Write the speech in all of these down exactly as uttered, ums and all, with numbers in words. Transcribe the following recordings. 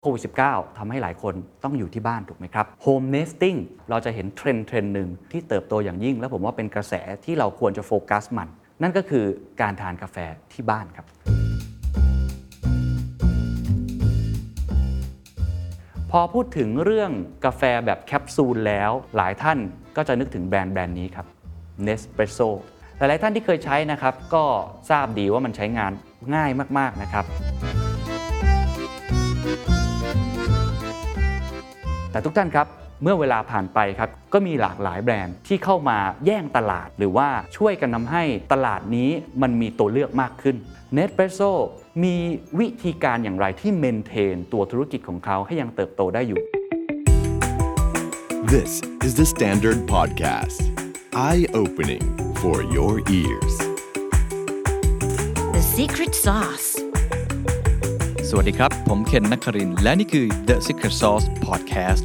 โควิด สิบเก้า ทำให้หลายคนต้องอยู่ที่บ้านถูกไหมครับ Home Nesting เราจะเห็นเทรนด์เทรนด์หนึ่งที่เติบโตอย่างยิ่งและผมว่าเป็นกระแสที่เราควรจะโฟกัสมันนั่นก็คือการทานกาแฟที่บ้านครับพอพูดถึงเรื่องกาแฟแบบแคปซูลแล้วหลายท่านก็จะนึกถึงแบรนด์แบรนด์นี้ครับ Nespresso หลายๆท่านที่เคยใช้นะครับก็ทราบดีว่ามันใช้งานง่ายมากๆนะครับแต่ทุกท่านครับเมื่อเวลาผ่านไปครับก็มีหลากหลายแบรนด์ที่เข้ามาแย่งตลาดหรือว่าช่วยกันทำให้ตลาดนี้มันมีตัวเลือกมากขึ้น Nespresso มีวิธีการอย่างไรที่เมนเทนตัวธุรกิจของเขาให้ยังเติบโตได้อยู่ This is the Standard Podcast Eye-opening for your ears The Secret Sauce สวัสดีครับผมเคนนักครินทร์และนี่คือ The Secret Sauce Podcast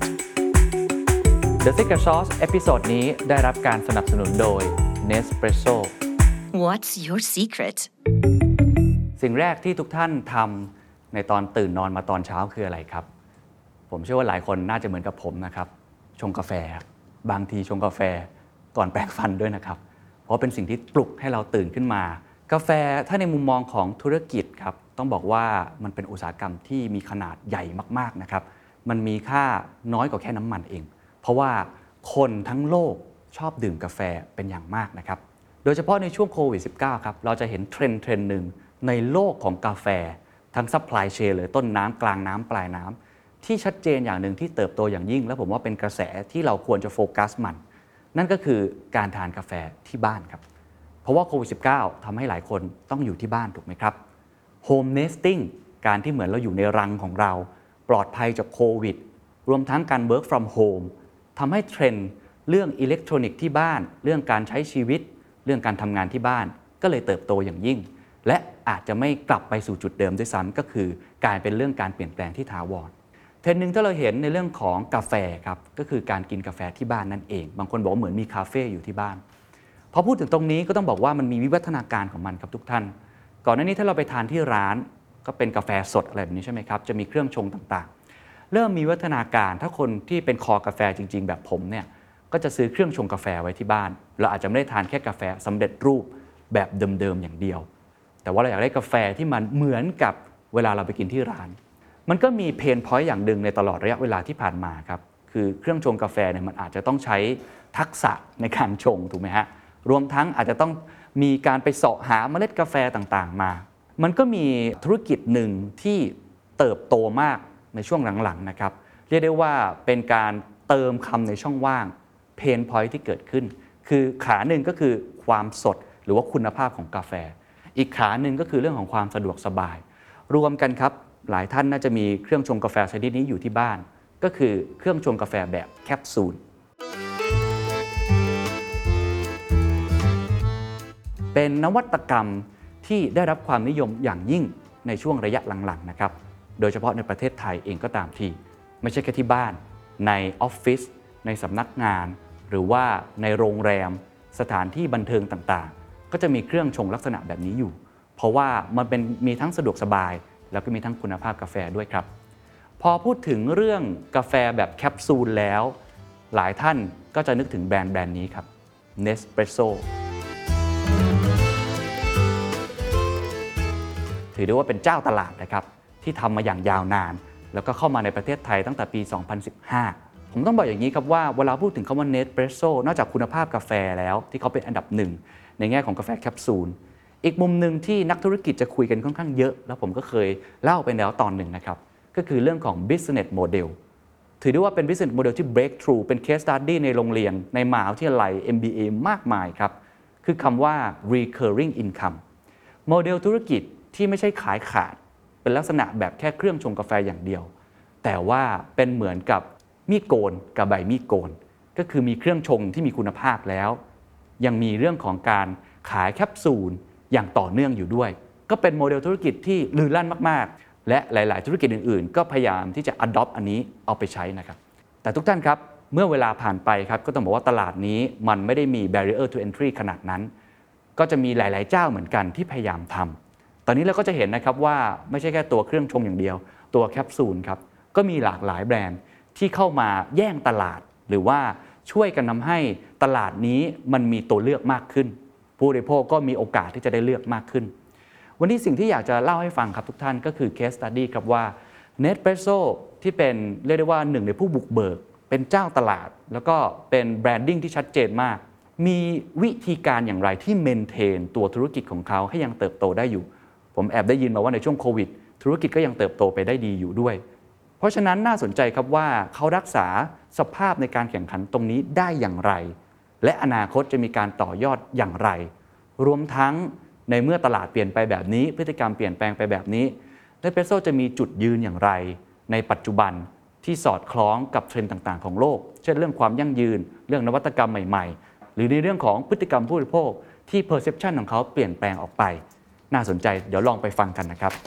The Secret Sauce เอพิโซดนี้ได้รับการสนับสนุนโดย Nespresso What's your secret สิ่งแรกที่ทุกท่านทำในตอนตื่นนอนมาตอนเช้าคืออะไรครับผมเชื่อว่าหลายคนน่าจะเหมือนกับผมนะครับชงกาแฟบางทีชงกาแฟก่อนแปรงฟันด้วยนะครับเพราะเป็นสิ่งที่ปลุกให้เราตื่นขึ้นมากาแฟถ้าในมุมมองของธุรกิจครับต้องบอกว่ามันเป็นอุตสาหกรรมที่มีขนาดใหญ่มากๆนะครับมันมีค่าน้อยกว่าแค่น้ำมันเองเพราะว่าคนทั้งโลกชอบดื่มกาแฟเป็นอย่างมากนะครับโดยเฉพาะในช่วงโควิด สิบเก้า ครับเราจะเห็นเทรนด์เทรนด์หนึ่งในโลกของกาแฟทั้งซัพพลายเชนเลยต้นน้ำกลางน้ำปลายน้ำที่ชัดเจนอย่างหนึ่งที่เติบโตอย่างยิ่งและผมว่าเป็นกระแสที่เราควรจะโฟกัสมันนั่นก็คือการทานกาแฟที่บ้านครับเพราะว่าโควิด สิบเก้า ทำให้หลายคนต้องอยู่ที่บ้านถูกไหมครับ Home Nesting การที่เหมือนเราอยู่ในรังของเราปลอดภัยจากโควิดรวมทั้งการ Work from Home ทำให้เทรนด์เรื่องอิเล็กทรอนิกส์ที่บ้านเรื่องการใช้ชีวิตเรื่องการทำงานที่บ้านก็เลยเติบโตอย่างยิ่งและอาจจะไม่กลับไปสู่จุดเดิมด้วยซ้ำก็คือกลายเป็นเรื่องการเปลี่ยนแปลงที่ถาวรเทรนด์หนึ่งที่เราเห็นในเรื่องของกาแฟครับก็คือการกินกาแฟที่บ้านนั่นเองบางคนบอกว่าเหมือนมีคาเฟ่อยู่ที่บ้านพอพูดถึงตรงนี้ก็ต้องบอกว่ามันมีวิวัฒนาการของมันครับทุกท่านก่อนหน้านี้ถ้าเราไปทานที่ร้านก็เป็นกาแฟสดอะไรแบบนี้ใช่ไหมครับจะมีเครื่องชงต่างๆเริ่มมีวิวัฒนาการถ้าคนที่เป็นคอกาแฟจริงๆแบบผมเนี่ยก็จะซื้อเครื่องชงกาแฟไว้ที่บ้านเราอาจจะไม่ได้ทานแค่กาแฟสำเร็จรูปแบบเดิมๆอย่างเดียวแต่ว่าเราอยากได้กาแฟที่มันเหมือนกับเวลาเราไปกินที่ร้านมันก็มีเพนพอยต์อย่างหนึ่งในตลอดระยะเวลาที่ผ่านมาครับคือเครื่องชงกาแฟเนี่ยมันอาจจะต้องใช้ทักษะในการชงถูกไหมฮะรวมทั้งอาจจะต้องมีการไปเสาะหาเมล็ดกาแฟต่างๆมามันก็มีธุรกิจหนึ่งที่เติบโตมากในช่วงหลังๆนะครับเรียกได้ว่าเป็นการเติมคำในช่องว่างเพนพอยต์ที่เกิดขึ้นคือขาหนึ่งก็คือความสดหรือว่าคุณภาพของกาแฟอีกขาหนึ่งก็คือเรื่องของความสะดวกสบายรวมกันครับหลายท่านน่าจะมีเครื่องชงกาแฟชนิดนี้อยู่ที่บ้านก็คือเครื่องชงกาแฟแบบแคปซูลเป็นนวัตกรรมที่ได้รับความนิยมอย่างยิ่งในช่วงระยะหลังๆนะครับโดยเฉพาะในประเทศไทยเองก็ตามทีไม่ใช่แค่ที่บ้านในออฟฟิศในสำนักงานหรือว่าในโรงแรมสถานที่บันเทิงต่างๆก็จะมีเครื่องชงลักษณะแบบนี้อยู่เพราะว่ามันเป็นมีทั้งสะดวกสบายแล้วก็มีทั้งคุณภาพกาแฟด้วยครับพอพูดถึงเรื่องกาแฟแบบแคปซูลแล้วหลายท่านก็จะนึกถึงแบรนด์แบรนด์นี้ครับ Nespressoถือได้ว่าเป็นเจ้าตลาดนะครับที่ทำมาอย่างยาวนานแล้วก็เข้ามาในประเทศไทยตั้งแต่ปี สองพันสิบห้า ผมต้องบอกอย่างนี้ครับว่าเวลาพูดถึงคำว่า Nespresso นอกจากคุณภาพกาแฟแล้วที่เขาเป็นอันดับหนึ่งในแง่ของกาแฟแคปซูลอีกมุมหนึ่งที่นักธุรกิจจะคุยกันค่อนข้างเยอะแล้วผมก็เคยเล่าไปแล้วตอนหนึ่งนะครับก็คือเรื่องของ business model ถือได้ว่าเป็น business model ที่ breakthrough เป็น case study ในโรงเรียนในมหาวิทยาลัย เอ็ม บี เอ มากมายครับคือคำว่า recurring income โมเดลธุรกิจที่ไม่ใช่ขายขาดเป็นลักษณะแบบแค่เครื่องชงกาแฟอย่างเดียวแต่ว่าเป็นเหมือนกับมีดโกนกับใบมีดโกนก็คือมีเครื่องชงที่มีคุณภาพแล้วยังมีเรื่องของการขายแคปซูลอย่างต่อเนื่องอยู่ด้วยก็เป็นโมเดลธุรกิจที่ลือลั่นมากๆและหลายๆธุรกิจอื่นๆก็พยายามที่จะ adopt อันนี้เอาไปใช้นะครับแต่ทุกท่านครับเมื่อเวลาผ่านไปครับก็ต้องบอกว่าตลาดนี้มันไม่ได้มี barrier to entry ขนาดนั้นก็จะมีหลายๆเจ้าเหมือนกันที่พยายามทำตอนนี้เราก็จะเห็นนะครับว่าไม่ใช่แค่ตัวเครื่องชงอย่างเดียวตัวแคปซูลครับก็มีหลากหลายแบรนด์ที่เข้ามาแย่งตลาดหรือว่าช่วยกันทำให้ตลาดนี้มันมีตัวเลือกมากขึ้นผู้บริโภคก็มีโอกาสที่จะได้เลือกมากขึ้นวันนี้สิ่งที่อยากจะเล่าให้ฟังครับทุกท่านก็คือ case study ครับว่า Nespresso ที่เป็นเรียกได้ว่าหนึ่งในผู้บุกเบิกเป็นเจ้าตลาดแล้วก็เป็นแบรนดิ้งที่ชัดเจนมากมีวิธีการอย่างไรที่เมนเทนตัวธุรกิจของเขาให้ยังเติบโตได้อยู่ผมแอบได้ยินมาว่าในช่วงโควิดธุรกิจก็ยังเติบโตไปได้ดีอยู่ด้วยเพราะฉะนั้นน่าสนใจครับว่าเขารักษาสภาพในการแข่งขันตรงนี้ได้อย่างไรและอนาคตจะมีการต่อยอดอย่างไรรวมทั้งในเมื่อตลาดเปลี่ยนไปแบบนี้พฤติกรรมเปลี่ยนแปลงไปแบบนี้Nespressoจะมีจุดยืนอย่างไรในปัจจุบันที่สอดคล้องกับเทรนด์ต่างๆของโลกเช่นเรื่องความยั่งยืนเรื่องนวัตกรรมใหม่ๆหรือในเรื่องของพฤติกรรมผู้บริโภคที่ perception ของเขาเปลี่ยนแปลงออกไปน่าสนใจเดี๋ยวลองไปฟังกันนะครับ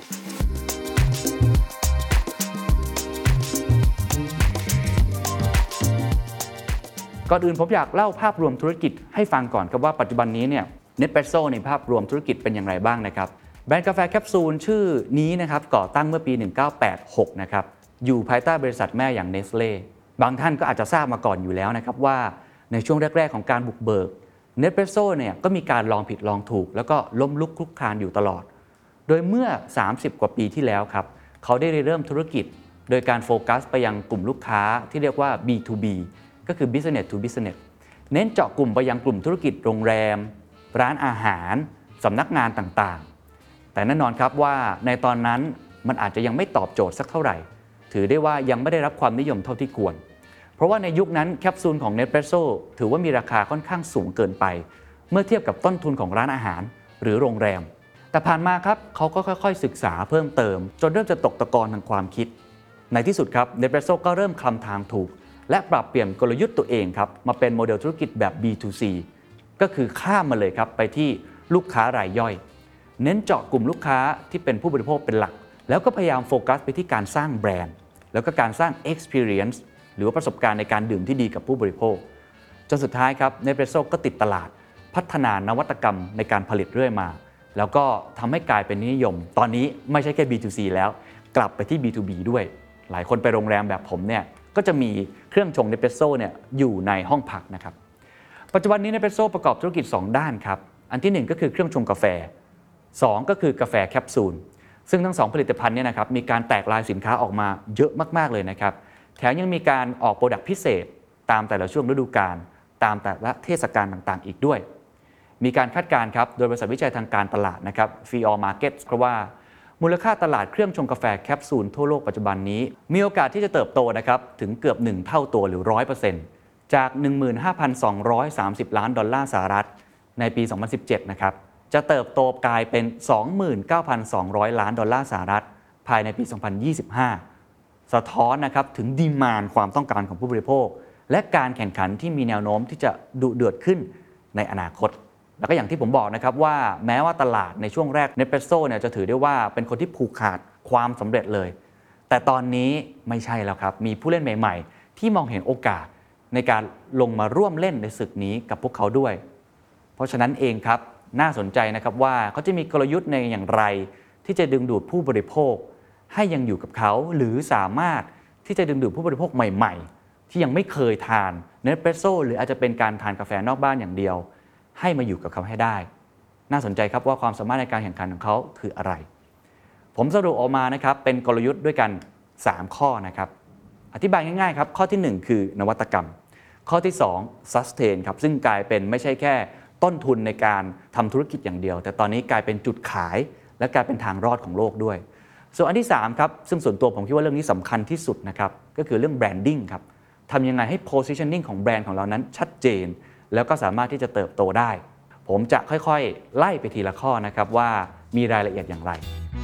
ก่อนอื่นผมอยากเล่าภาพรวมธุรกิจให้ฟังก่อนครับว่าปัจจุบันนี้เนี่ย Nespresso ในภาพรวมธุรกิจเป็นอย่างไรบ้างนะครับแบรนด์กาแฟแคปซูลชื่อนี้นะครับก่อตั้งเมื่อปีหนึ่งเก้าแปดหกนะครับอยู่ภายใต้บริษัทแม่อย่าง Nestle บางท่านก็อาจจะทราบมาก่อนอยู่แล้วนะครับว่าในช่วงแรกๆของการบุกเบิก Nespresso เนี่ยก็มีการลองผิดลองถูกแล้วก็ล้มลุกคลุกคลานอยู่ตลอดโดยเมื่อสามสิบกว่าปีที่แล้วครับเขาได้เริ่มธุรกิจโดยการโฟกัสไปยังกลุ่มลูกค้าที่เรียกว่า บี ทู บี ก็คือ business to business เน้นเจาะกลุ่มไปยังกลุ่มธุรกิจโรงแรมร้านอาหารสำนักงานต่างๆแต่แน่นอนครับว่าในตอนนั้นมันอาจจะยังไม่ตอบโจทย์สักเท่าไหร่ถือได้ว่ายังไม่ได้รับความนิยมเท่าที่ควรเพราะว่าในยุคนั้นแคปซูลของ Nespresso ถือว่ามีราคาค่อนข้างสูงเกินไปเมื่อเทียบกับต้นทุนของร้านอาหารหรือโรงแรมแต่ผ่านมาครับเขาก็ค่อยๆศึกษาเพิ่มเติมจนเริ่มจะตกตะกอนทางความคิดในที่สุดครับ Nespresso ก็เริ่มคลำทางถูกและปรับเปลี่ยนกลยุทธ์ตัวเองครับมาเป็นโมเดลธุรกิจแบบ บี ทู ซี ก็คือข้ามมาเลยครับไปที่ลูกค้ารายย่อยเน้นเจาะกลุ่มลูกค้าที่เป็นผู้บริโภคเป็นหลักแล้วก็พยายามโฟกัสไปที่การสร้างแบรนด์แล้วก็การสร้าง experience หรือว่าประสบการณ์ในการดื่มที่ดีกับผู้บริโภคจนสุดท้ายครับ Nespresso ก็ติดตลาดพัฒนานวัตกรรมในการผลิตเรื่อยมาแล้วก็ทำให้กลายเป็นนิยมตอนนี้ไม่ใช่แค่ บี ทู ซี แล้วกลับไปที่ บี ทู บี ด้วยหลายคนไปโรงแรมแบบผมเนี่ยก็จะมีเครื่องชง Nespresso เนี่ยอยู่ในห้องพักนะครับปัจจุบันนี้ Nespresso ประกอบธุรกิจสองด้านครับอันที่หนึ่งก็คือเครื่องชงกาแฟสองก็คือกาแฟแคปซูลซึ่งทั้งสองผลิตภัณฑ์เนี่ยนะครับมีการแตกลายสินค้าออกมาเยอะมากๆเลยนะครับแถมยังมีการออกโปรดักต์พิเศษตามแต่ละช่วงฤดูกาลตามแต่ละเทศกาลต่างๆอีกด้วยมีการคาดการณ์ครับโดยบริษัทวิจัยทางการตลาดนะครับ Fior Markets เพราะว่ามูลค่าตลาดเครื่องชงกาแฟแคปซูลทั่วโลกปัจจุบันนี้มีโอกาสที่จะเติบโตนะครับถึงเกือบหนึ่งเท่าตัวหรือ ร้อยเปอร์เซ็นต์ จาก หนึ่งหมื่นห้าพันสองร้อยสามสิบ ล้านดอลลาร์สหรัฐในปี สองพันสิบเจ็ด นะครับจะเติบโตกลายเป็น สองหมื่นเก้าพันสองร้อย ล้านดอลลาร์สหรัฐภายในปี สองพันยี่สิบห้า สะท้อนนะครับถึงดีมานด์ความต้องการของผู้บริโภคและการแข่งขันที่มีแนวโน้มที่จะดุเดือดขึ้นในอนาคตแล้วก็อย่างที่ผมบอกนะครับว่าแม้ว่าตลาดในช่วงแรก Nespresso เนี่ยจะถือได้ว่าเป็นคนที่ผูกขาดความสำเร็จเลยแต่ตอนนี้ไม่ใช่แล้วครับมีผู้เล่นใหม่ๆที่มองเห็นโอกาสในการลงมาร่วมเล่นในศึกนี้กับพวกเขาด้วยเพราะฉะนั้นเองครับน่าสนใจนะครับว่าเขาจะมีกลยุทธ์ในอย่างไรที่จะดึงดูดผู้บริโภคให้ยังอยู่กับเขาหรือสามารถที่จะดึงดูดผู้บริโภคใหม่ๆที่ยังไม่เคยทาน Nespresso หรืออาจจะเป็นการทานกาแฟนอกบ้านอย่างเดียวให้มาอยู่กับเขาให้ได้น่าสนใจครับว่าความสามารถในการแข่งขันของเขาคืออะไรผมสรุปออกมานะครับเป็นกลยุทธ์ด้วยกันสามข้อนะครับอธิบายง่ายๆครับข้อที่หนึ่งคือนวัตกรรมข้อที่สอง sustain ครับซึ่งกลายเป็นไม่ใช่แค่ต้นทุนในการทำธุรกิจอย่างเดียวแต่ตอนนี้กลายเป็นจุดขายและกลายเป็นทางรอดของโลกด้วยส่วนอันที่สามครับซึ่งส่วนตัวผมคิดว่าเรื่องนี้สำคัญที่สุดนะครับก็คือเรื่อง branding ครับทำยังไงให้ positioning ของแบรนด์ของเรานั้นชัดเจนแล้วก็สามารถที่จะเติบโตได้ผมจะค่อยๆไล่ไปทีละข้อนะครับว่ามีรายละเอียดอย่างไร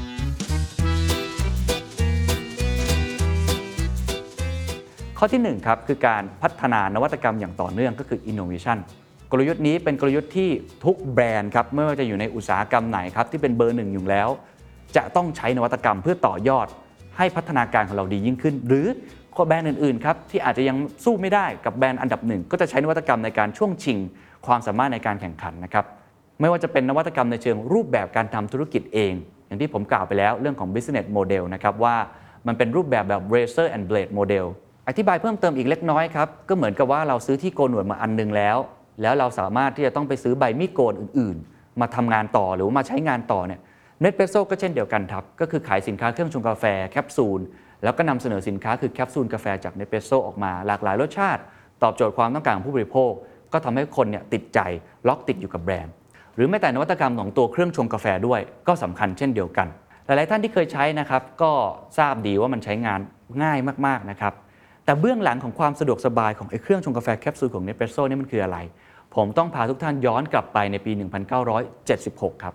ข้อที่หนึ่งครับคือการพัฒนานวัตกรรมอย่างต่อเนื่องก็คือ innovation กลยุทธ์นี้เป็นกลยุทธ์ที่ทุกแบรนด์ครับไม่ว่าจะอยู่ในอุตสาหกรรมไหนครับที่เป็นเบอร์หนึ่งอยู่แล้วจะต้องใช้นวัตกรรมเพื่อต่อยอดให้พัฒนาการของเราดียิ่งขึ้นหรือแบรนด์อื่นๆครับที่อาจจะยังสู้ไม่ได้กับแบรนด์อันดับหนึ่งก็จะใช้นวัตกรรมในการช่วงชิงความสามารถในการแข่งขันนะครับไม่ว่าจะเป็นนวัตกรรมในเชิงรูปแบบการทำธุรกิจเองอย่างที่ผมกล่าวไปแล้วเรื่องของ business model นะครับว่ามันเป็นรูปแบบแบบ razor and blade model อธิบายเพิ่มเติมอีกเล็กน้อยครับก็เหมือนกับว่าเราซื้อที่โกนหนวดมาอันนึงแล้วแล้วเราสามารถที่จะต้องไปซื้อใบมีดโกนอื่นๆมาทำงานต่อหรือว่ามาใช้งานต่อเนี่ย Nespresso ก็เช่นเดียวกันครับก็คือขายสินค้าเครื่องชงกาแฟแคปซูลแล้วก็นำเสนอสินค้าคือแคปซูลกาแฟจาก Nespresso ออกมาหลากหลายรสชาติตอบโจทย์ความต้องการของผู้บริโภคก็ทำให้คนเนี่ยติดใจล็อกติดอยู่กับแบรนด์หรือแม้แต่นวัตกรรมของตัวเครื่องชงกาแฟด้วยก็สำคัญเช่นเดียวกันหลายๆท่านที่เคยใช้นะครับก็ทราบดีว่ามันใช้งานง่ายมากๆนะครับแต่เบื้องหลังของความสะดวกสบายของไอ้เครื่องชงกาแฟแคปซูลของ Nespresso นี่มันคืออะไรผมต้องพาทุกท่านย้อนกลับไปในปี หนึ่งพันเก้าร้อยเจ็ดสิบหก ครับ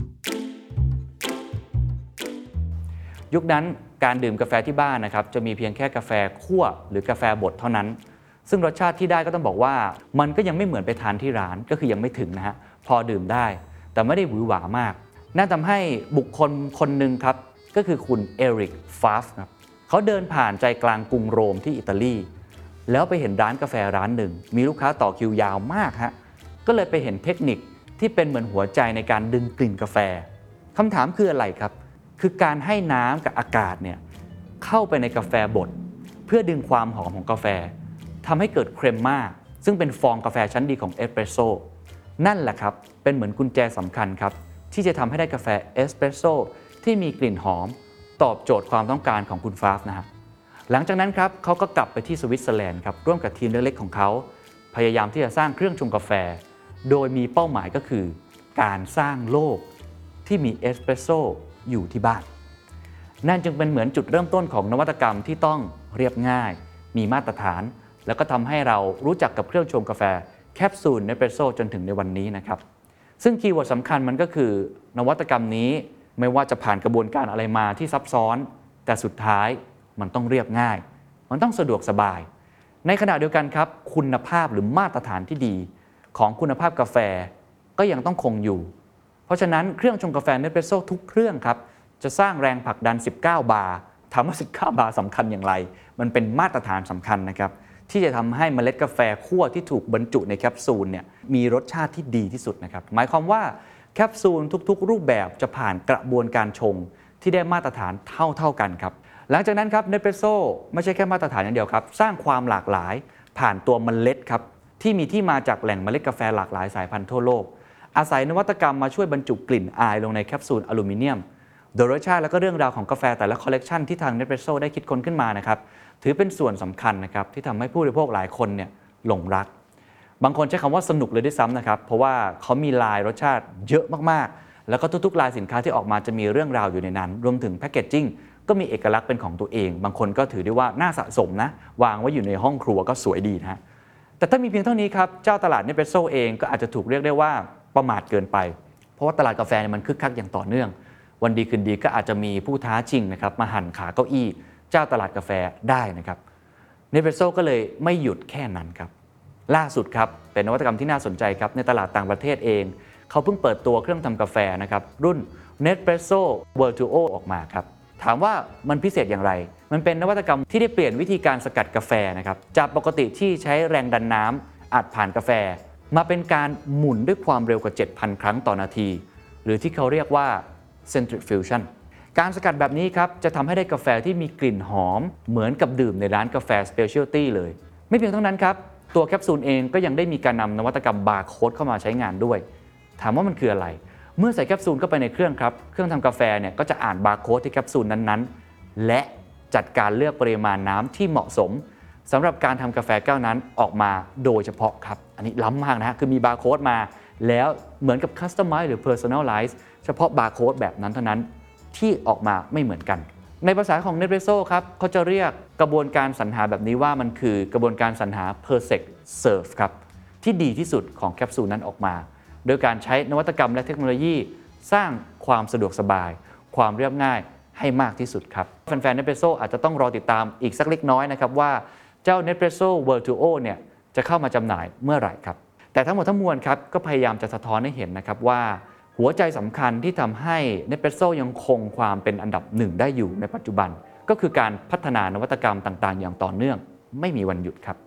ยุคนั้นการดื่มกาแฟที่บ้านนะครับจะมีเพียงแค่กาแฟคั่วหรือกาแฟบดเท่านั้นซึ่งรสชาติที่ได้ก็ต้องบอกว่ามันก็ยังไม่เหมือนไปทานที่ร้านก็คือยังไม่ถึงนะฮะพอดื่มได้แต่ไม่ได้หวือหวามากนั่นทำให้บุคคลคนหนึ่งครับก็คือคุณเอริกฟาฟครับเขาเดินผ่านใจกลางกรุงโรมที่อิตาลีแล้วไปเห็นร้านกาแฟร้านหนึ่งมีลูกค้าต่อคิวยาวมากฮะก็เลยไปเห็นเทคนิคที่เป็นเหมือนหัวใจในการดึงกลิ่นกาแฟคำถามคืออะไรครับคือการให้น้ำกับอากาศเนี่ยเข้าไปในกาแฟบดเพื่อดึงความหอมของกาแฟทำให้เกิดเครมม่าซึ่งเป็นฟองกาแฟชั้นดีของเอสเปรสโซ่นั่นแหละครับเป็นเหมือนกุญแจสำคัญครับที่จะทำให้ได้กาแฟเอสเปรสโซ่ที่มีกลิ่นหอมตอบโจทย์ความต้องการของคุณฟาฟนะฮะหลังจากนั้นครับเขาก็กลับไปที่สวิตเซอร์แลนด์ครับร่วมกับทีมเล็กๆของเขาพยายามที่จะสร้างเครื่องชงกาแฟโดยมีเป้าหมายก็คือการสร้างโลกที่มีเอสเปรสโซ่อยู่ที่บ้านนั่นจึงเป็นเหมือนจุดเริ่มต้นของนวัตกรรมที่ต้องเรียบง่ายมีมาตรฐานแล้วก็ทำให้เรารู้จักกับเครื่องชงกาแฟแคปซูลเนสเปรสโซ่จนถึงในวันนี้นะครับซึ่งคีย์เวิร์ดสำคัญมันก็คือนวัตกรรมนี้ไม่ว่าจะผ่านกระบวนการอะไรมาที่ซับซ้อนแต่สุดท้ายมันต้องเรียบง่ายมันต้องสะดวกสบายในขณะเดียวกันครับคุณภาพหรือมาตรฐานที่ดีของคุณภาพกาแฟก็ยังต้องคงอยู่เพราะฉะนั้นเครื่องชงกาแฟเนสเปรสโซ่ทุกเครื่องครับจะสร้างแรงผลักดันสิบเก้าบาร์ถามว่าสิบเก้าบาร์สำคัญอย่างไรมันเป็นมาตรฐานสำคัญนะครับที่จะทำให้เมล็ดกาแฟคั่วที่ถูกบรรจุในแคปซูลเนี่ยมีรสชาติที่ดีที่สุดนะครับหมายความว่าแคปซูลทุกๆรูปแบบจะผ่านกระบวนการชงที่ได้มาตรฐานเท่าๆกันครับหลังจากนั้นครับเนสเปรสโซ่ไม่ใช่แค่มาตรฐานอย่างเดียวครับสร้างความหลากหลายผ่านตัวเมล็ดครับที่มีที่มาจากแหล่งเมล็ดกาแฟหลากหลายสายพันธุ์ทั่วโลกอาศัยนวัตกรรมมาช่วยบรรจุกลิ่นอายลงในแคปซูลอลูมิเนียมโดยรสชาติและก็เรื่องราวของกาแฟแต่ละคอลเลกชันที่ทาง Nespresso ได้คิดค้นขึ้นมานะครับถือเป็นส่วนสำคัญนะครับที่ทำให้ผู้บริโภคหลายคนเนี่ยหลงรักบางคนใช้คำว่าสนุกเลยด้วยซ้ำนะครับเพราะว่าเขามีลายรสชาติเยอะมากๆแล้วก็ทุกๆลายสินค้าที่ออกมาจะมีเรื่องราวอยู่ในนั้นรวมถึงแพคเกจจิ้งก็มีเอกลักษณ์เป็นของตัวเองบางคนก็ถือได้ว่าน่าสะสมนะวางไว้อยู่ในห้องครัวก็สวยดีนะฮะแต่ถ้ามีเพียงเท่านี้ครับเจ้าตลาด Nespresso เองก็อาจจะถูกเรียกได้ว่าประมาทเกินไปเพราะว่าตลาดกาแฟมันคึกคักอย่างต่อเนื่องวันดีคืนดีก็อาจจะมีผู้ท้าชิงนะครับมาหั่นขาเก้าอี้เจ้าตลาดกาแฟได้นะครับ Nespresso ก็เลยไม่หยุดแค่นั้นครับล่าสุดครับเป็นนวัตกรรมที่น่าสนใจครับในตลาดต่างประเทศเองเขาเพิ่งเปิดตัวเครื่องทำกาแฟนะครับรุ่น Nespresso Vertuo ออกมาครับถามว่ามันพิเศษอย่างไรมันเป็นนวัตกรรมที่ได้เปลี่ยนวิธีการสกัดกาแฟนะครับจากปกติที่ใช้แรงดันน้ำอัดผ่านกาแฟมาเป็นการหมุนด้วยความเร็วกว่า เจ็ดพัน ครั้งต่อนาทีหรือที่เขาเรียกว่า centrifusion การสกัดแบบนี้ครับจะทำให้ได้กาแฟที่มีกลิ่นหอมเหมือนกับดื่มในร้านกาแฟ specialty เลยไม่เพียงเท่านั้นครับตัวแคปซูลเองก็ยังได้มีการนำนวัตกรรมบาร์โค้ดเข้ามาใช้งานด้วยถามว่ามันคืออะไรเมื่อใส่แคปซูลเข้าไปในเครื่องครับเครื่องทำกาแฟเนี่ยก็จะอ่านบาร์โค้ดที่แคปซูลนั้นๆและจัดการเลือกปริมาณน้ำที่เหมาะสมสำหรับการทำกาแฟแก้วนั้นออกมาโดยเฉพาะครับอันนี้ล้ำมากนะฮะคือมีบาร์โค้ดมาแล้วเหมือนกับ customize หรือ personalize เฉพาะบาร์โค้ดแบบนั้นเท่านั้นที่ออกมาไม่เหมือนกันในภาษาของ Nespresso ครับเขาจะเรียกกระบวนการสรรหาแบบนี้ว่ามันคือกระบวนการสรรหา perfect serve ครับที่ดีที่สุดของแคปซูลนั้นออกมาโดยการใช้นวัตกรรมและเทคโนโลยีสร้างความสะดวกสบายความเรียบง่ายให้มากที่สุดครับแฟนๆ Nespresso อาจจะต้องรอติดตามอีกสักเล็กน้อยนะครับว่าเจ้า Nespresso Vertuo เนี่ยจะเข้ามาจำหน่ายเมื่อไหร่ครับแต่ทั้งหมดทั้งมวลครับก็พยายามจะสะท้อนให้เห็นนะครับว่าหัวใจสำคัญที่ทำให้ Nespresso ยังคงความเป็นอันดับหนึ่งได้อยู่ในปัจจุบันก็คือการพัฒนานวัตกรรมต่างๆอย่างต่อเนื่องไม่มีวันหยุดครับ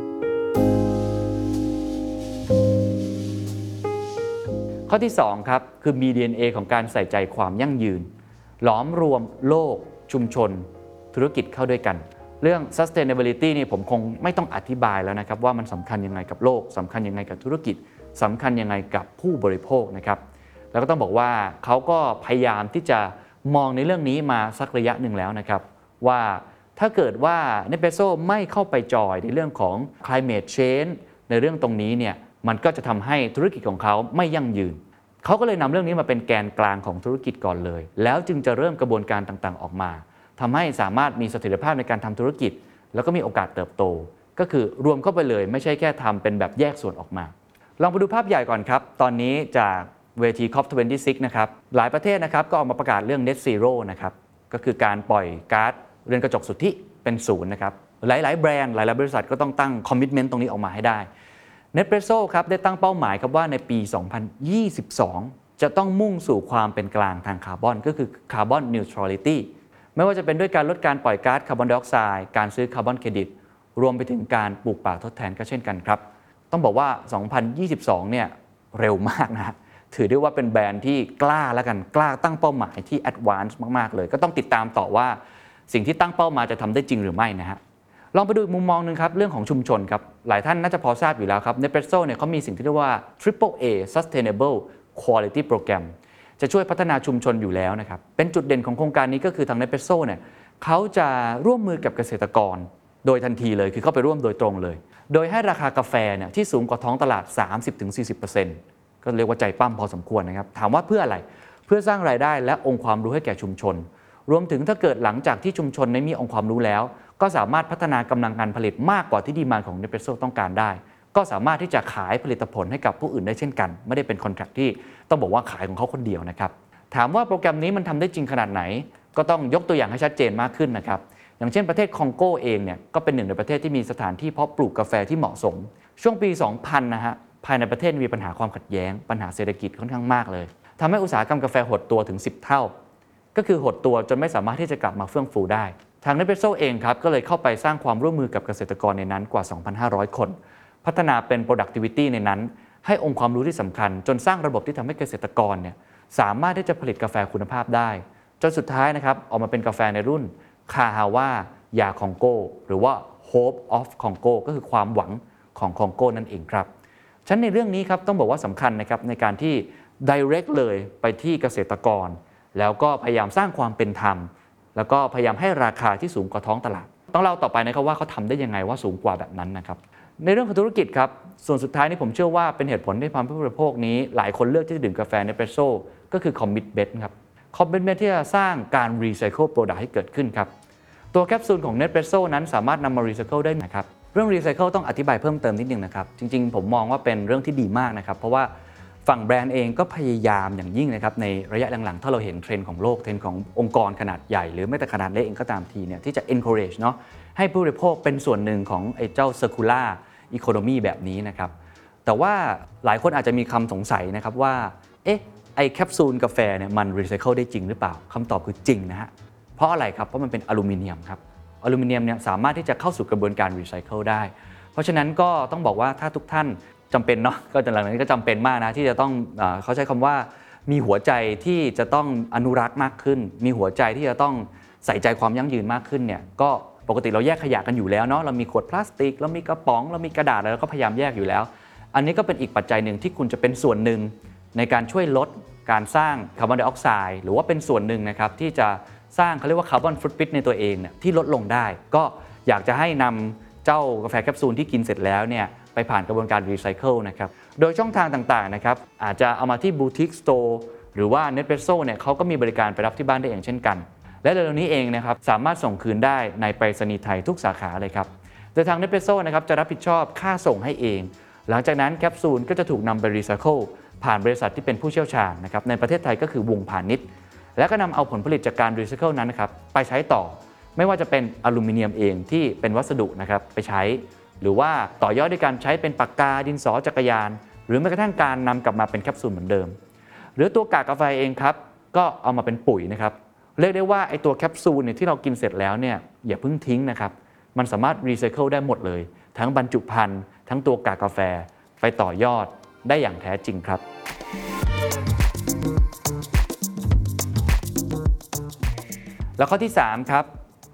ข้อที่สองครับคือมี ดี เอ็น เอ ของการใส่ใจความยั่งยืนหลอมรวมโลกชุมชนธุรกิจเข้าด้วยกันเรื่อง sustainability นี่ผมคงไม่ต้องอธิบายแล้วนะครับว่ามันสำคัญยังไงกับโลกสำคัญยังไงกับธุรกิจสำคัญยังไงกับผู้บริโภคนะครับแล้วก็ต้องบอกว่าเขาก็พยายามที่จะมองในเรื่องนี้มาสักระยะหนึ่งแล้วนะครับว่าถ้าเกิดว่า Nespresso ไม่เข้าไปจอยในเรื่องของ climate change ในเรื่องตรงนี้เนี่ยมันก็จะทำให้ธุรกิจของเขาไม่ยั่งยืนเขาก็เลยนำเรื่องนี้มาเป็นแกนกลางของธุรกิจก่อนเลยแล้วจึงจะเริ่มกระบวนการต่างๆออกมาทำให้สามารถมีเสถียรภาพในการทำธุรกิจแล้วก็มีโอกาสเติบโตก็คือรวมเข้าไปเลยไม่ใช่แค่ทำเป็นแบบแยกส่วนออกมาลองไปดูภาพใหญ่ก่อนครับตอนนี้จากเวที ซี โอ พี ยี่สิบหก นะครับหลายประเทศนะครับก็ออกมาประกาศเรื่อง Net Zero นะครับก็คือการปล่อยก๊าซเรือนกระจกสุทธิเป็นศูนย์นะครับหลายๆแบรนด์หลายๆบริษัทก็ต้องตั้งคอมมิตเมนต์ตรงนี้ออกมาให้ได้ Nespresso ครับได้ตั้งเป้าหมายครับว่าในปี สองพันยี่สิบสอง จะต้องมุ่งสู่ความเป็นกลางทางคาร์บอนก็คือคาร์บอนนิวทรัลิตี้ไม่ว่าจะเป็นด้วยการลดการปล่อยก๊าซคาร์บอนไดออกไซด์การซื้อคาร์บอนเครดิตรวมไปถึงการปลูกป่าทดแทนก็เช่นกันครับต้องบอกว่า สองพันยี่สิบสอง เนี่ยเร็วมากนะถือได้ว่าเป็นแบรนด์ที่กล้าแล้วกันกล้าตั้งเป้าหมายที่แอดวานซ์มากๆเลยก็ต้องติดตามต่อว่าสิ่งที่ตั้งเป้ามาจะทำได้จริงหรือไม่นะฮะลองไปดูมุมมองนึงครับเรื่องของชุมชนครับหลายท่านน่าจะพอทราบอยู่แล้วครับ Nespresso เนี่ยเขามีสิ่งที่เรียกว่า Triple A Sustainable Quality Program จะช่วยพัฒนาชุมชนอยู่แล้วนะครับเป็นจุดเด่นของโครงการนี้ก็คือทาง Nespresso เนี่ยเขาจะร่วมมือกับเกษตรกรโดยทันทีเลยคือเข้าไปร่วมโดยตรงเลยโดยให้ราคากาแฟเนี่ยที่สูงกว่าท้องตลาด สามสิบถึงสี่สิบเปอร์เซ็นต์ ก็เรียกว่าใจปั้มพอสมควรนะครับถามว่าเพื่ออะไรเพื่อสร้างรายได้และองค์ความรู้ให้แก่ชุมชนรวมถึงถ้าเกิดหลังจากที่ชุมชนได้มีองค์ความรู้แล้วก็สามารถพัฒนากำลังการผลิตมากกว่าที่ดีมานด์ของ Nespresso ต้องการได้ก็สามารถที่จะขายผลิตผลให้กับผู้อื่นได้เช่นกันไม่ได้เป็นคอนแทรคที่ต้องบอกว่าขายของเขาคนเดียวนะครับถามว่าโปรแกรมนี้มันทำได้จริงขนาดไหนก็ต้องยกตัวอย่างให้ชัดเจนมากขึ้นนะครับอย่างเช่นประเทศคองโกเองเนี่ยก็เป็นหนึ่งในประเทศที่มีสถานที่เพาะปลูกกาแฟที่เหมาะสมช่วงปี สองพัน นะฮะภายในประเทศมีปัญหาความขัดแย้งปัญหาเศรษฐกิจค่อนข้างมากเลยทำให้อุตสาหกรรมกาแฟหดตัวถึงสิบเท่าก็คือหดตัวจนไม่สามารถที่จะกลับมาเฟื่องฟูได้ทาง Nespresso เองครับก็เลยเข้าไปสร้างความร่วมมือกับเกษตรกรในนั้นกว่า สองพันห้าร้อย คนพัฒนาเป็น productivity ในนั้นให้องค์ความรู้ที่สำคัญจนสร้างระบบที่ทำให้เกษตรกรเนี่ยสามารถที่จะผลิตกาแฟคุณภาพได้จนสุดท้ายนะครับออกมาเป็นกาแฟในรุ่นคาฮาวายาคองโกหรือว่า Hope of Congo ก็คือความหวังของคองโกนั่นเองครับฉะนั้นในเรื่องนี้ครับต้องบอกว่าสำคัญนะครับในการที่ direct เลยไปที่เกษตรกรแล้วก็พยายามสร้างความเป็นธรรมแล้วก็พยายามให้ราคาที่สูงกว่าท้องตลาดต้องเล่าต่อไปนะครับว่าเขาทำได้ยังไงว่าสูงกว่าแบบนั้นนะครับในเรื่องของธุรกิจครับส่วนสุดท้ายนี้ผมเชื่อว่าเป็นเหตุผลที่ทำให้ผู้บริโภคนี้หลายคนเลือกที่จะดื่มกาแฟ Nespresso ก็คือ commitment ครับคอมมิตเมนต์ที่จะสร้างการ recycle product ให้เกิดขึ้นครับตัวแคปซูลของ Nespresso นั้นสามารถนำมา recycle ได้นะครับเรื่อง recycle ต้องอธิบายเพิ่มเติมนิดนึงนะครับจริงๆผมมองว่าเป็นเรื่องที่ดีมากนะครับเพราะว่าฝั่งแบรนด์เองก็พยายามอย่างยิ่งนะครับในระยะหลังๆถ้าเราเห็นเทรนด์ของโลกเทรนด์ขององค์กรขนาดใหญ่หรือแม้แต่ขนาดเล็กเองก็ตามทีเนี่ยที่จะ encourage เนาะให้ผู้บริโภคเป็นส่วนหนึ่งของไอ้เจ้า circular economy แบบนี้นะครับแต่ว่าหลายคนอาจจะมีคำสงสัยนะครับว่าเอ๊ะไอ้แคปซูลกาแฟเนี่ยมัน recycle ได้จริงหรือเปล่าคำตอบคือจริงนะฮะเพราะอะไรครับเพราะมันเป็นอลูมิเนียมครับอลูมิเนียมเนี่ยสามารถที่จะเข้าสู่กระบวนการ recycle ได้เพราะฉะนั้นก็ต้องบอกว่าถ้าทุกท่านจำเป็นเนาะก็หลังจากนี้ก็จำเป็นมากนะที่จะต้องเอ่อเขาใช้คำว่ามีหัวใจที่จะต้องอนุรักษ์มากขึ้นมีหัวใจที่จะต้องใส่ใจความยั่งยืนมากขึ้นเนี่ยก็ปกติเราแยกขยะกันอยู่แล้วเนาะเรามีขวดพลาสติกเรามีกระป๋องเรามีกระดาษแล้วก็พยายามแยกอยู่แล้วอันนี้ก็เป็นอีกปัจจัยหนึ่งที่คุณจะเป็นส่วนหนึ่งในการช่วยลดการสร้างคาร์บอนไดออกไซด์หรือว่าเป็นส่วนหนึ่งนะครับที่จะสร้างเขาเรียกว่าคาร์บอนฟุตพริ้นท์ในตัวเองเนี่ยที่ลดลงได้ก็อยากจะให้นำเจ้ากาแฟแคปซูลที่กินเสร็จแล้วเนี่ยไปผ่านกระบวนการรีไซเคิลนะครับโดยช่องทางต่างๆนะครับอาจจะเอามาที่บูติกสโตร์หรือว่า Nespresso เนี่ยเขาก็มีบริการไปรับที่บ้านได้อย่างเช่นกันและเร็วๆนี้เองนะครับสามารถส่งคืนได้ในไปรษณีย์ไทยทุกสาขาเลยครับโดยทาง Nespresso นะครับจะรับผิดชอบค่าส่งให้เองหลังจากนั้นแคปซูลก็จะถูกนำไปรีไซเคิลผ่านบริษัทที่เป็นผู้เชี่ยวชาญนะครับในประเทศไทยก็คือวงพาณิชย์แล้วก็นำเอาผลผลิตจากการรีไซเคิลนั้นนะครับไปใช้ต่อไม่ว่าจะเป็นอลูมิเนียมเองที่เป็นวัสดุนะครับไปใช้หรือว่าต่อยอดด้วยการใช้เป็นปากกาดินสอจักรยานหรือแม้กระทั่งการนำกลับมาเป็นแคปซูลเหมือนเดิมหรือตัวกากกาแฟเองครับก็เอามาเป็นปุ๋ยนะครับเรียกได้ว่าไอตัวแคปซูลเนี่ยที่เรากินเสร็จแล้วเนี่ยอย่าเพิ่งทิ้งนะครับมันสามารถรีไซเคิลได้หมดเลยทั้งบรรจุภัณฑ์ทั้งตัวกากกาแฟไปต่อยอดได้อย่างแท้จริงครับแล้วข้อที่สามครับ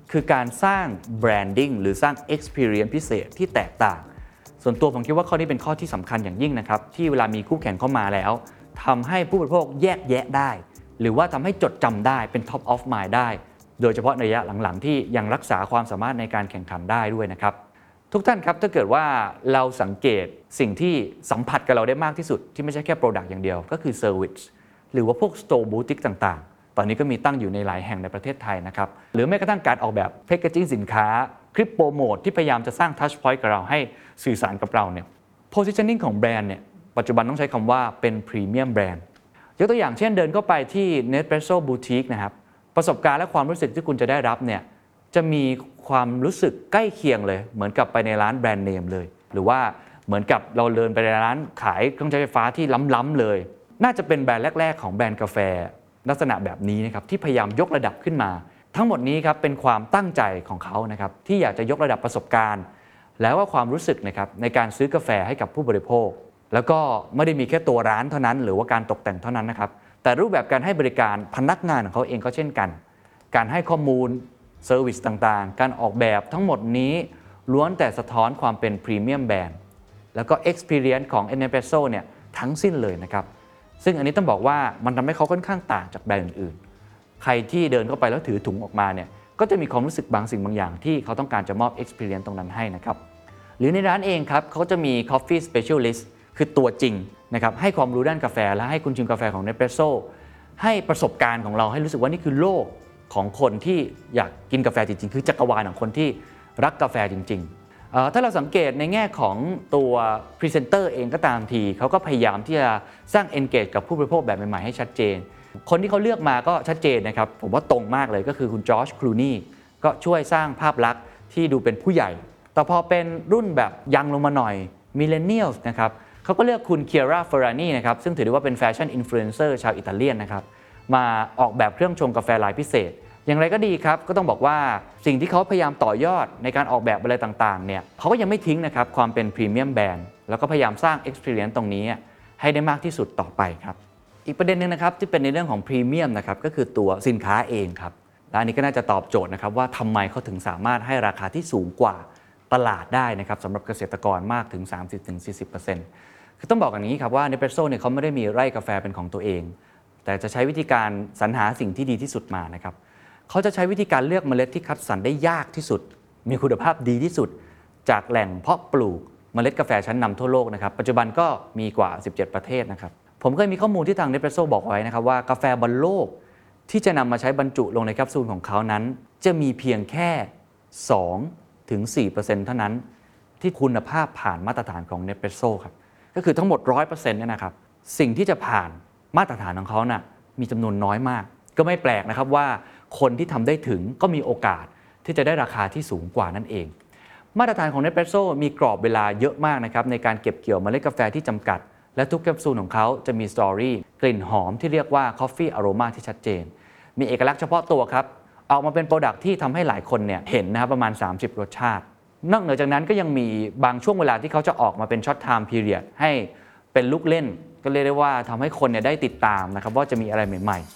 คือการสร้าง branding หรือสร้าง experience พิเศษที่แตกต่างส่วนตัวผมคิดว่าข้อนี้เป็นข้อที่สำคัญอย่างยิ่งนะครับที่เวลามีคู่แข่งเข้ามาแล้วทำให้ผู้บริโภคแยกแยะได้หรือว่าทำให้จดจำได้เป็น top of mind ได้โดยเฉพาะในระยะหลังๆที่ยังรักษาความสามารถในการแข่งขันได้ด้วยนะครับทุกท่านครับถ้าเกิดว่าเราสังเกตสิ่งที่สัมผัสกับเราได้มากที่สุดที่ไม่ใช่แค่ product อย่างเดียวก็คือ service หรือว่าพวก store boutique ต่างๆตอนนี้ก็มีตั้งอยู่ในหลายแห่งในประเทศไทยนะครับหรือแม้กระทั่งการออกแบบ packaging สินค้าคลิปโปรโมทที่พยายามจะสร้าง touch point กับเราให้สื่อสารกับเราเนี่ย positioning ของแบรนด์เนี่ยปัจจุบันต้องใช้คำว่าเป็น premium brand ยกตัวอย่างเช่นเดินเข้าไปที่ Nespresso Boutique นะครับประสบการณ์และความรู้สึกที่คุณจะได้รับเนี่ยจะมีความรู้สึกใกล้เคียงเลยเหมือนกับไปในร้านแบรนด์เนมเลยหรือว่าเหมือนกับเราเดินไปในร้านขายเครื่องใช้ไฟฟ้าที่ล้ำๆเลยน่าจะเป็นแบรนด์แรกๆของแบรนด์กาแฟลักษณะแบบนี้นะครับที่พยายามยกระดับขึ้นมาทั้งหมดนี้ครับเป็นความตั้งใจของเขานะครับที่อยากจะยกระดับประสบการณ์แล้วว่าความรู้สึกนะครับในการซื้อกาแฟให้กับผู้บริโภคแล้วก็ไม่ได้มีแค่ตัวร้านเท่านั้นหรือว่าการตกแต่งเท่านั้นนะครับแต่รูปแบบการให้บริการพนักงานของเขาเองก็เช่นกันการให้ข้อมูลเซอร์วิสต่างๆการออกแบบทั้งหมดนี้ล้วนแต่สะท้อนความเป็นพรีเมียมแบรนด์แล้วก็ experience ของ Nespresso เนี่ยทั้งสิ้นเลยนะครับซึ่งอันนี้ต้องบอกว่ามันทำให้เขาค่อนข้างต่างจากแบรนด์อื่นๆใครที่เดินเข้าไปแล้วถือถุงออกมาเนี่ยก็จะมีความรู้สึกบางสิ่งบางอย่างที่เขาต้องการจะมอบ experience ตรงนั้นให้นะครับหรือในร้านเองครับเขาจะมี coffee specialist คือตัวจริงนะครับให้ความรู้ด้านกาแฟและให้คุณชิมกาแฟของ Nespresso ให้ประสบการณ์ของเราให้รู้สึกว่านี่คือโลกของคนที่อยากกินกาแฟจริงๆคือจักรวาลของคนที่รักกาแฟจริงๆถ้าเราสังเกตในแง่ของตัวพรีเซนเตอร์เองก็ตามทีเขาก็พยายามที่จะสร้าง engage กับผู้บริโภคแบบใหม่ๆให้ชัดเจนคนที่เขาเลือกมาก็ชัดเจนนะครับผมว่าตรงมากเลยก็คือคุณจอร์จคลูนีก็ช่วยสร้างภาพลักษณ์ที่ดูเป็นผู้ใหญ่แต่พอเป็นรุ่นแบบยังลงมาหน่อยมิเลเนียลนะครับเขาก็เลือกคุณเคียร่าเฟอร์รานีนะครับซึ่งถือได้ว่าเป็นแฟชั่นอินฟลูเอนเซอร์ชาวอิตาเลียนนะครับมาออกแบบเครื่องชงกาแฟลายพิเศษอย่างไรก็ดีครับก็ต้องบอกว่าสิ่งที่เขาพยายามต่อยอดในการออกแบบอะไรต่างๆเนี่ยเขาก็ยังไม่ทิ้งนะครับความเป็นพรีเมียมแบรนด์แล้วก็พยายามสร้าง experience ตรงนี้ให้ได้มากที่สุดต่อไปครับอีกประเด็นนึงนะครับที่เป็นในเรื่องของพรีเมียมนะครับก็คือตัวสินค้าเองครับและอันนี้ก็น่าจะตอบโจทย์นะครับว่าทำไมเขาถึงสามารถให้ราคาที่สูงกว่าตลาดได้นะครับสำหรับเกษตรกรมากถึง สามสิบถึงสี่สิบเปอร์เซ็นต์ คือต้องบอกอย่างนี้ครับว่า Nespresso เนี่ยเขาไม่ได้มีไร่กาแฟเป็นของตัวเองแต่จะใช้วิธีการสรรหาสิ่งที่ดีที่สุดมานะครับเขาจะใช้วิธีการเลือกเมล็ดที่คัดสรรได้ยากที่สุดมีคุณภาพดีที่สุดจากแหล่งเพาะปลูกเมล็ดกาแฟชั้นนำทั่วโลกนะครับปัจจุบันก็มีกว่าสิบเจ็ดประเทศนะครับผมเคยมีข้อมูลที่ทาง Nespresso บอกไว้นะครับว่ากาแฟบนโลกที่จะนำมาใช้บรรจุลงในแคปซูลของเขานั้นจะมีเพียงแค่ สองถึงสี่เปอร์เซ็นต์ เท่านั้นที่คุณภาพผ่านมาตรฐานของ Nespresso ครับก็คือทั้งหมด ร้อยเปอร์เซ็นต์ เนี่ยนะครับสิ่งที่จะผ่านมาตรฐานของเขาน่ะมีจำนวนน้อยมากก็ไม่แปลกนะครับว่าคนที่ทำได้ถึงก็มีโอกาสที่จะได้ราคาที่สูงกว่านั่นเองมาตรฐานของ Nespresso มีกรอบเวลาเยอะมากนะครับในการเก็บเกี่ยวเมล็ดกาแฟที่จำกัดและทุกแคปซูลของเขาจะมีสตอรี่กลิ่นหอมที่เรียกว่า Coffee Aroma ที่ชัดเจนมีเอกลักษณ์เฉพาะตัวครับออกมาเป็นโปรดักที่ทำให้หลายคนเนี่ยเห็นนะครับประมาณสามสิบรสชาตินอกเหนือจากนั้นก็ยังมีบางช่วงเวลาที่เขาจะออกมาเป็นช็อตไทม์พีเรียดให้เป็นลูกเล่นก็เรียกได้ว่าทำให้คนเนี่ยได้ติดตามนะครับว่าจะมีอะไรใหม่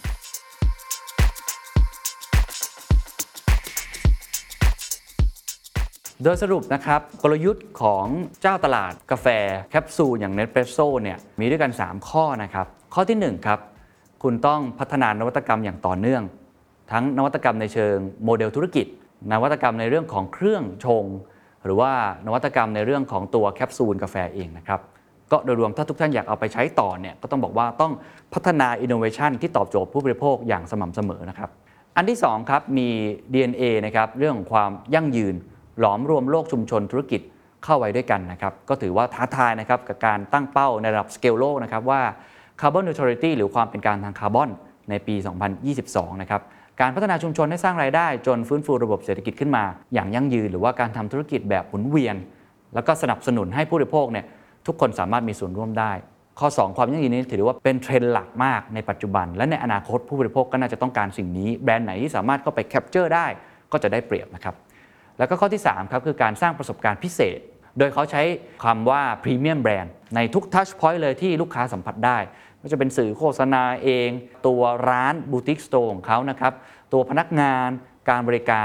ๆโดยสรุปนะครับกลยุทธ์ของเจ้าตลาดกาแฟแคปซูลอย่าง Nespresso เนี่ยมีด้วยกันสามข้อนะครับข้อที่หนึ่งครับคุณต้องพัฒนานวัตกรรมอย่างต่อเนื่องทั้งนวัตกรรมในเชิงโมเดลธุรกิจนวัตกรรมในเรื่องของเครื่องชงหรือว่านวัตกรรมในเรื่องของตัวแคปซูลกาแฟเองนะครับก็โดยรวมถ้าทุกท่านอยากเอาไปใช้ต่อเนี่ยก็ต้องบอกว่าต้องพัฒนาอินโนเวชันที่ตอบโจทย์ผู้บริโภคอย่างสม่ำเสมอนะครับอันที่สองครับมี ดี เอ็น เอ นะครับเรื่องของความยั่งยืนหลอมรวมโลกชุมชนธุรกิจเข้าไว้ด้วยกันนะครับก็ถือว่าท้าทายนะครับกับการตั้งเป้าในระดับสเกลโลกนะครับว่า Carbon Neutrality หรือความเป็นกลางทางคาร์บอนในปี สองพันยี่สิบสอง นะครับการพัฒนาชุมชนให้สร้างรายได้จนฟื้นฟูระบบเศรษฐกิจขึ้นมาอย่างยั่งยืนหรือว่าการทำธุรกิจแบบหมุนเวียนแล้วก็สนับสนุนให้ผู้บริโภคเนี่ยทุกคนสามารถมีส่วนร่วมได้ข้อสองความยั่งยืนนี้ถือว่าเป็นเทรนด์หลักมากในปัจจุบันและในอนาคตผู้บริโภคก็น่าจะต้องการสิ่งนี้แบรนด์ไหนที่สามารถเข้าไปแคปเจอร์ได้ก็จะได้เปรียบนะครับแล้วก็ข้อที่สามครับคือการสร้างประสบการณ์พิเศษโดยเขาใช้คำว่าพรีเมียมแบรนด์ในทุกทัชพอยต์เลยที่ลูกค้าสัมผัสได้ไม่ว่าจะเป็นสื่อโฆษณาเองตัวร้านบูติกสโตร์ของเขานะครับตัวพนักงานการบริการห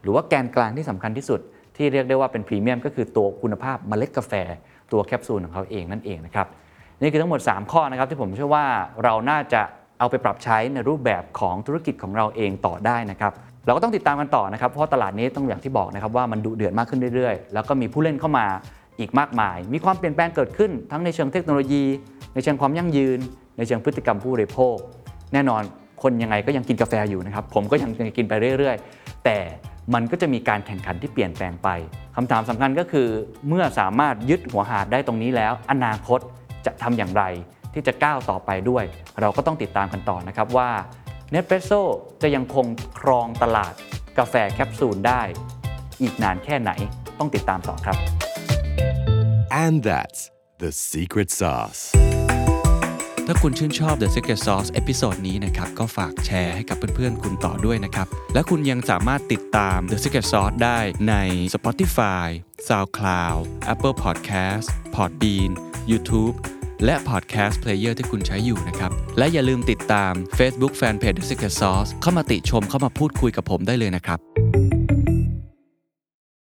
รือว่าแกนกลางที่สำคัญที่สุดที่เรียกได้ว่าเป็นพรีเมียมก็คือตัวคุณภาพเมล็ดกาแฟตัวแคปซูลของเขาเองนั่นเองนะครับนี่คือทั้งหมดสามข้อนะครับที่ผมเชื่อว่าเราน่าจะเอาไปปรับใช้ในรูปแบบของธุรกิจของเราเองต่อได้นะครับเราก็ต้องติดตามกันต่อนะครับเพราะตลาดนี้ต้องอย่างที่บอกนะครับว่ามันดุเดือดมากขึ้นเรื่อยๆแล้วก็มีผู้เล่นเข้ามาอีกมากมายมีความเปลี่ยนแปลงเกิดขึ้นทั้งในเชิงเทคโนโลยีในเชิงความยั่งยืนในเชิงพฤติกรรมผู้บริโภคแน่นอนคนยังไงก็ยังกินกาแฟอยู่นะครับผมก็ยังกินไปเรื่อยๆแต่มันก็จะมีการแข่งขันที่เปลี่ยนแปลงไปคำถามสำคัญก็คือเมื่อสามารถยึดหัวหาดได้ตรงนี้แล้วอนาคตจะทำอย่างไรที่จะก้าวต่อไปด้วยเราก็ต้องติดตามกันต่อนะครับว่า Nespresso จะยังคงครองตลาดกาแฟแคปซูลได้อีกนานแค่ไหนต้องติดตามต่อครับ And that's the secret sauce. ถ้าคุณชื่นชอบ The Secret Sauce เอพิโซดนี้นะครับก็ฝากแชร์ให้กับเพื่อนๆคุณต่อด้วยนะครับและคุณยังสามารถติดตาม The Secret Sauce ได้ใน Spotify, SoundCloud, Apple Podcast, Podbean, YouTube และ Podcast Player ที่คุณใช้อยู่นะครับและอย่าลืมติดตาม Facebook Fanpage The Secret Sauce เข้ามาติชมเข้ามาพูดคุยกับผมได้เลยนะครับ